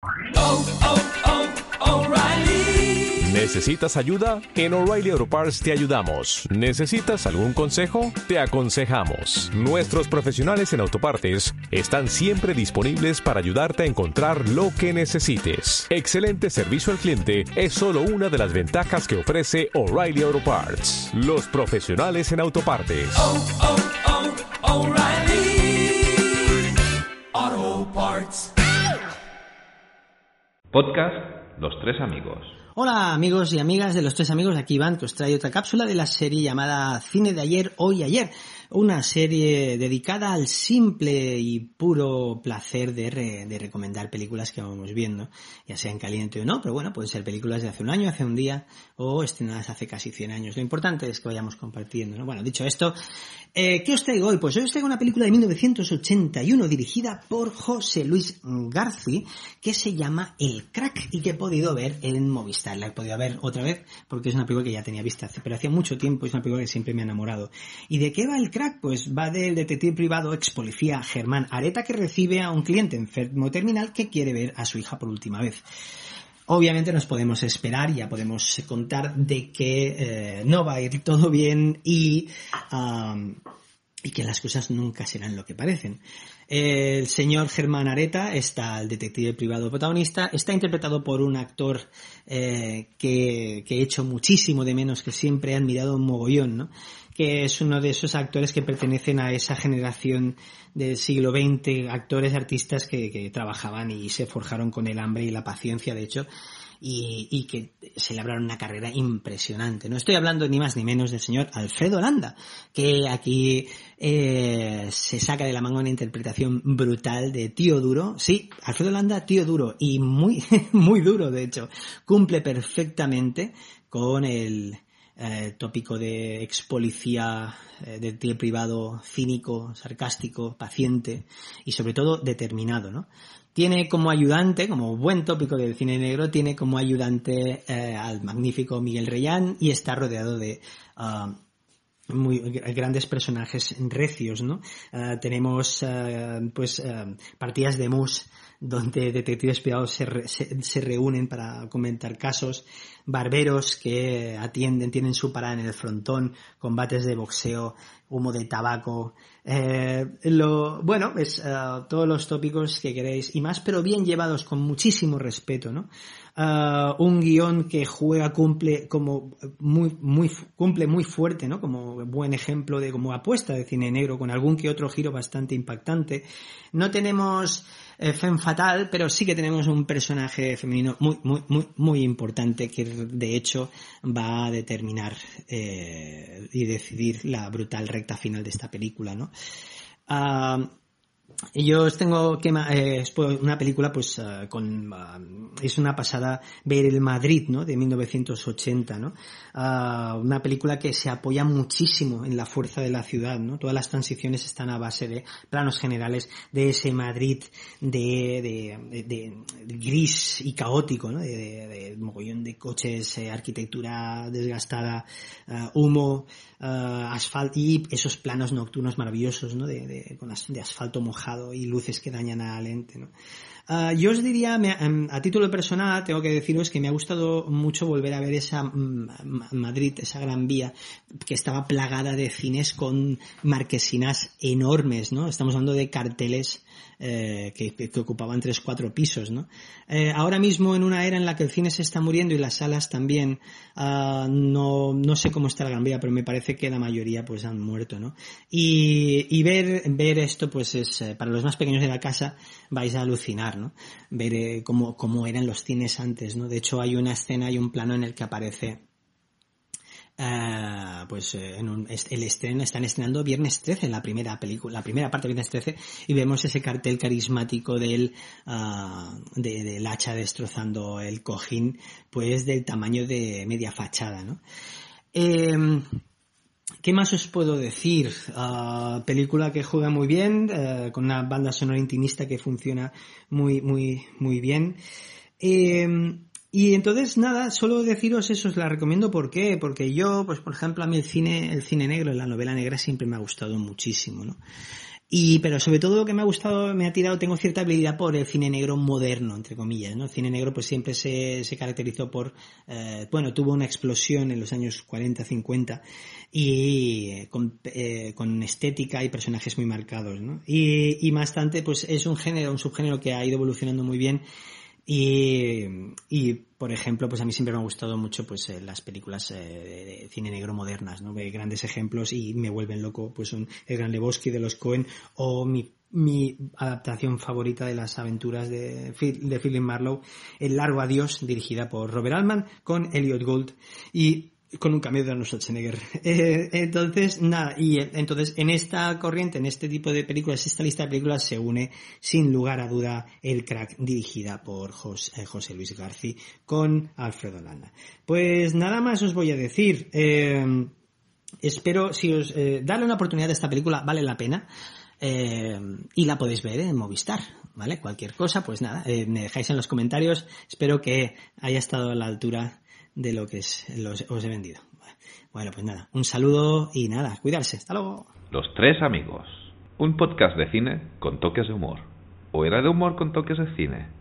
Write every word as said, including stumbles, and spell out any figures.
Oh, oh, oh, O'Reilly. ¿Necesitas ayuda? En O'Reilly Auto Parts te ayudamos. ¿Necesitas algún consejo? Te aconsejamos. Nuestros profesionales en autopartes están siempre disponibles para ayudarte a encontrar lo que necesites. Excelente servicio al cliente es solo una de las ventajas que ofrece O'Reilly Auto Parts. Los profesionales en autopartes. Oh, oh, oh, O'Reilly Auto Parts. Podcast Los Tres Amigos. Hola amigos y amigas de Los Tres Amigos, aquí Iván, que os trae otra cápsula de la serie llamada Cine de ayer, hoy, ayer. Una serie dedicada al simple y puro placer de, re, de recomendar películas que vamos viendo, ya sea en caliente o no, pero bueno, pueden ser películas de hace un año, hace un día o estrenadas hace casi cien años. Lo importante es que vayamos compartiendo, ¿no? Bueno, dicho esto, eh, ¿qué os traigo hoy? Pues hoy os traigo una película de mil novecientos ochenta y uno dirigida por José Luis García, que se llama El Crack y que he podido ver en Movistar. La he podido ver otra vez porque es una película que ya tenía vista hace, pero hacía mucho tiempo y es una película que siempre me ha enamorado. ¿Y de qué va El Crack? Pues va del detective privado ex policía Germán Areta, que recibe a un cliente enfermo terminal que quiere ver a su hija por última vez. Obviamente nos podemos esperar, ya podemos contar de que eh, no va a ir todo bien y, um, y que las cosas nunca serán lo que parecen. El señor Germán Areta, está el detective privado protagonista, está interpretado por un actor eh, que, que he hecho muchísimo de menos, que siempre he admirado un mogollón, ¿no? Que es uno de esos actores que pertenecen a esa generación del siglo veinte, actores, artistas que, que trabajaban y se forjaron con el hambre y la paciencia, de hecho, y, y que se labraron una carrera impresionante. No estoy hablando ni más ni menos del señor Alfredo Landa, que aquí eh, se saca de la manga una interpretación brutal de tío duro. Sí, Alfredo Landa, tío duro, y muy, muy duro, de hecho. Cumple perfectamente con el Eh, tópico de ex policía, eh, de tío privado cínico, sarcástico, paciente y sobre todo determinado, ¿no? Tiene como ayudante, como buen tópico del cine negro, tiene como ayudante eh, al magnífico Miguel Reyán y está rodeado de uh, muy grandes personajes recios, ¿no? Uh, tenemos uh, pues uh, partidas de mus donde detectives privados se, re, se, se reúnen para comentar casos, barberos que atienden, tienen su parada en el frontón, combates de boxeo, humo de tabaco, eh, lo, bueno, es uh, todos los tópicos que queréis y más, pero bien llevados con muchísimo respeto, ¿no? Uh, un guión que juega, cumple como muy, muy, cumple muy fuerte, ¿no? Como buen ejemplo de como apuesta de cine negro, con algún que otro giro bastante impactante. No tenemos eh, femme fatal, pero sí que tenemos un personaje femenino muy, muy, muy, muy importante que de hecho va a determinar eh, y decidir la brutal recta final de esta película, ¿no? Uh, Yo os tengo que eh, una película pues uh, con uh, es una pasada ver El Madrid, ¿no? De mil novecientos ochenta, ¿no? Uh, una película que se apoya muchísimo en la fuerza de la ciudad, ¿no? Todas las transiciones están a base de planos generales de ese Madrid de, de, de, de, de gris y caótico, ¿no? De, de, de mogollón de coches, eh, arquitectura desgastada, uh, humo, uh, asfalto y esos planos nocturnos maravillosos, ¿no? De, de, con as, de asfalto mojado y luces que dañan a la lente, ¿no? Uh, yo os diría, me, a título personal, tengo que deciros que me ha gustado mucho volver a ver esa um, Madrid, esa Gran Vía, que estaba plagada de cines con marquesinas enormes, ¿no? Estamos hablando de carteles eh, que, que, que ocupaban tres, cuatro pisos, ¿no? Eh, ahora mismo, en una era en la que el cine se está muriendo y las salas también, uh, no, no sé cómo está la Gran Vía, pero me parece que la mayoría pues han muerto, ¿no? Y, y ver, ver esto, pues es, eh, para los más pequeños de la casa, vais a alucinar, ¿no? Ver eh, cómo, cómo eran los cines antes, ¿no? De hecho, hay una escena y un plano en el que aparece Uh, pues eh, en un, el estreno, están estrenando Viernes trece, en la primera película, la primera parte de Viernes trece, y vemos ese cartel carismático del uh, de, del hacha destrozando el cojín, pues del tamaño de media fachada, ¿no? Eh, ¿Qué más os puedo decir? Uh, película que juega muy bien, uh, con una banda sonora intimista que funciona muy, muy, muy bien. Eh, Y entonces, nada, solo deciros eso, os la recomiendo. ¿Por qué? Porque yo, pues por ejemplo, a mí el cine, el cine negro, la novela negra siempre me ha gustado muchísimo, ¿no? Y, pero sobre todo lo que me ha gustado, me ha tirado, tengo cierta habilidad por el cine negro moderno, entre comillas, ¿no? El cine negro pues siempre se, se caracterizó por, eh, bueno, tuvo una explosión en los años cuarenta, cincuenta y eh, con, eh, con estética y personajes muy marcados, ¿no? Y, y bastante, pues es un género, un subgénero que ha ido evolucionando muy bien. Y, y por ejemplo, pues a mí siempre me han gustado mucho pues eh, las películas eh, de, de cine negro modernas, ¿no? Ve grandes ejemplos y me vuelven loco, pues un El Gran Lebowski de los Coen o mi mi adaptación favorita de las aventuras de, de Philip Marlowe, El Largo Adiós, dirigida por Robert Altman con Elliot Gould y con un cameo de Arnold Schwarzenegger. Eh, entonces, nada, y entonces en esta corriente, en este tipo de películas, esta lista de películas se une, sin lugar a duda, El Crack, dirigida por José, eh, José Luis García, con Alfredo Landa. Pues nada más os voy a decir. Eh, espero, si os, eh, darle una oportunidad a esta película, vale la pena. Eh, y la podéis ver en Movistar, ¿vale? Cualquier cosa, pues nada, eh, me dejáis en los comentarios. Espero que haya estado a la altura de lo que es, los, os he vendido. Bueno, pues nada, un saludo y nada, cuidarse. Hasta luego. Los Tres Amigos, un podcast de cine con toques de humor. ¿O era de humor con toques de cine?